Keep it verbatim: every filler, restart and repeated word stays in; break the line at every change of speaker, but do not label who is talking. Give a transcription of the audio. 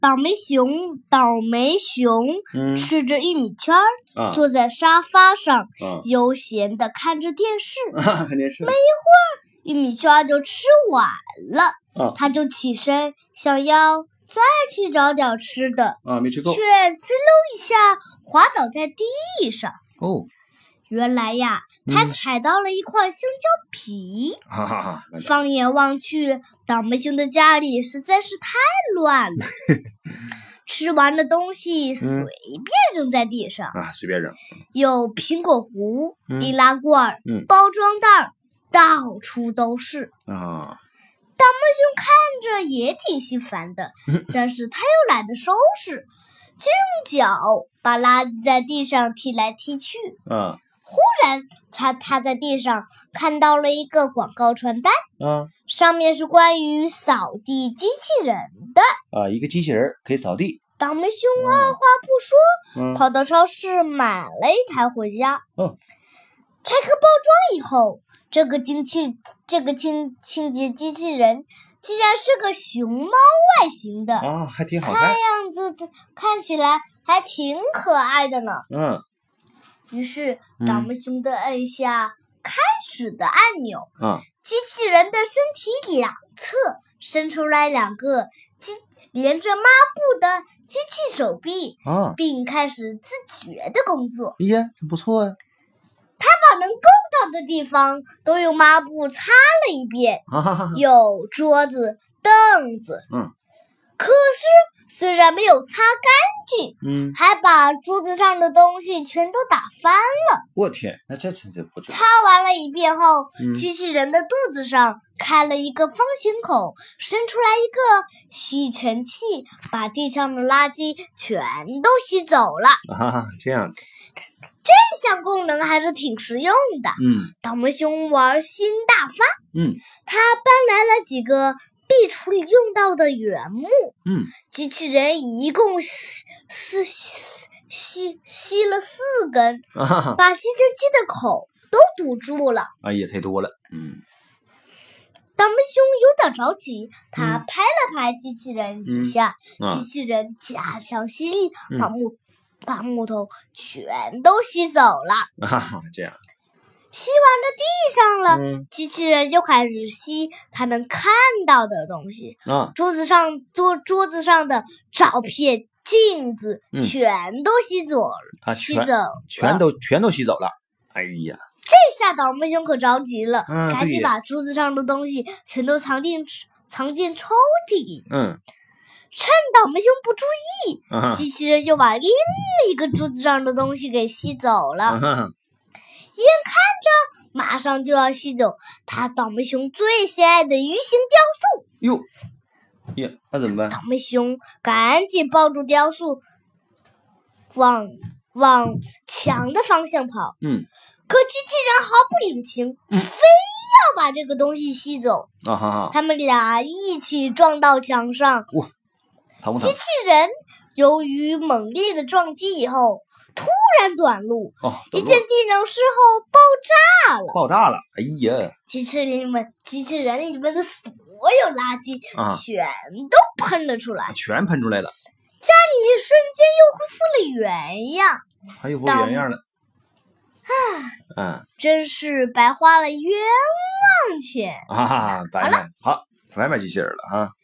倒霉熊，倒霉熊、
嗯、
吃着玉米圈儿、
啊，
坐在沙发上，
啊、
悠闲地看着电视。
啊、看电视。
没一会儿，玉米圈就吃完了，
啊、
他就起身想要再去找点吃的，
啊，没吃够，
却呲溜一下滑倒在地上。
哦，
原来呀，他踩到了一块香蕉皮。
哈哈哈！
放眼望去，倒霉熊的家里实在是太乱了。吃完的东西随便扔在地上、
嗯、啊，随便扔。
有苹果核、
嗯、
易拉罐、
嗯、
包装袋，到处都是。
啊，
倒霉熊看着也挺心烦的，但是他又懒得收拾，就用脚把垃圾在地上踢来踢去。
啊。
忽然，他他在地上看到了一个广告传单，
啊，
上面是关于扫地机器人的。
啊，一个机器人可以扫地。
倒霉熊二话不说，
嗯、
跑到超市买了一台回家。
哦，
拆开包装以后，这个清气这个清清洁机器人竟然是个熊猫外形的
啊，还挺好看，
看样子看起来还挺可爱的呢。
嗯。
于是，倒霉熊的按下开始的按钮，
嗯、
机器人的身体两侧伸出来两个机连着抹布的机器手臂，
啊、
并开始自觉的工作。
哎呀，真不错啊！
他把能够到的地方都用抹布擦了一遍，
啊、
有桌子、凳子。
嗯。
可是虽然没有擦干净，
嗯，
还把桌子上的东西全都打翻了。
我天，那这真是不准。
擦完了一遍后，
嗯、
机器人的肚子上开了一个方形口，伸出来一个吸尘器，把地上的垃圾全都吸走了。
啊，这样子，
这项功能还是挺实用的。
嗯，
倒霉熊玩心大发。
嗯，
他搬来了几个壁橱里用到的原木，
嗯，
机器人一共吸吸吸吸了四根，
啊、
把吸尘器的口都堵住了。
啊，也太多了，嗯。
倒霉熊有点着急，他拍了拍机器人几下，
嗯啊、
机器人加强吸力，
嗯、
把木把木头全都吸走了。
啊，这样。
吸完了地上了，
嗯、
机器人又开始吸他能看到的东西。
啊，
桌子上桌桌子上的照片、镜子、
嗯、
全都吸走了，
啊、
吸走了，
全都全都吸走了。哎呀，
这下倒霉熊可着急了，
嗯、
赶紧把桌子上的东西全都藏进藏进抽屉里。
嗯，
趁倒霉熊不注意，
啊、
机器人又把另一个桌子上的东西给吸走了。
啊、
眼看着马上就要吸走他倒霉熊最心爱的鱼形雕塑，
哟，呀，那怎么办？
倒霉熊赶紧抱住雕塑，往往墙的方向跑。
嗯，
可机器人毫不领情，嗯、非要把这个东西吸走。
啊哈哈！
他们俩一起撞到墙上。
哇，疼不疼？
机器人由于猛烈的撞击以后，突然短路，
哦，
一阵地震之后爆炸了，
爆炸了！哎呀，
机器人里面，机器人里面的所有垃圾
啊
全都喷了出来，
全喷出来了，
家里瞬间又恢复了原样，
还有复原样了。
啊，真是白花了冤枉钱。
哈哈哈，白买好，白买机器人了哈。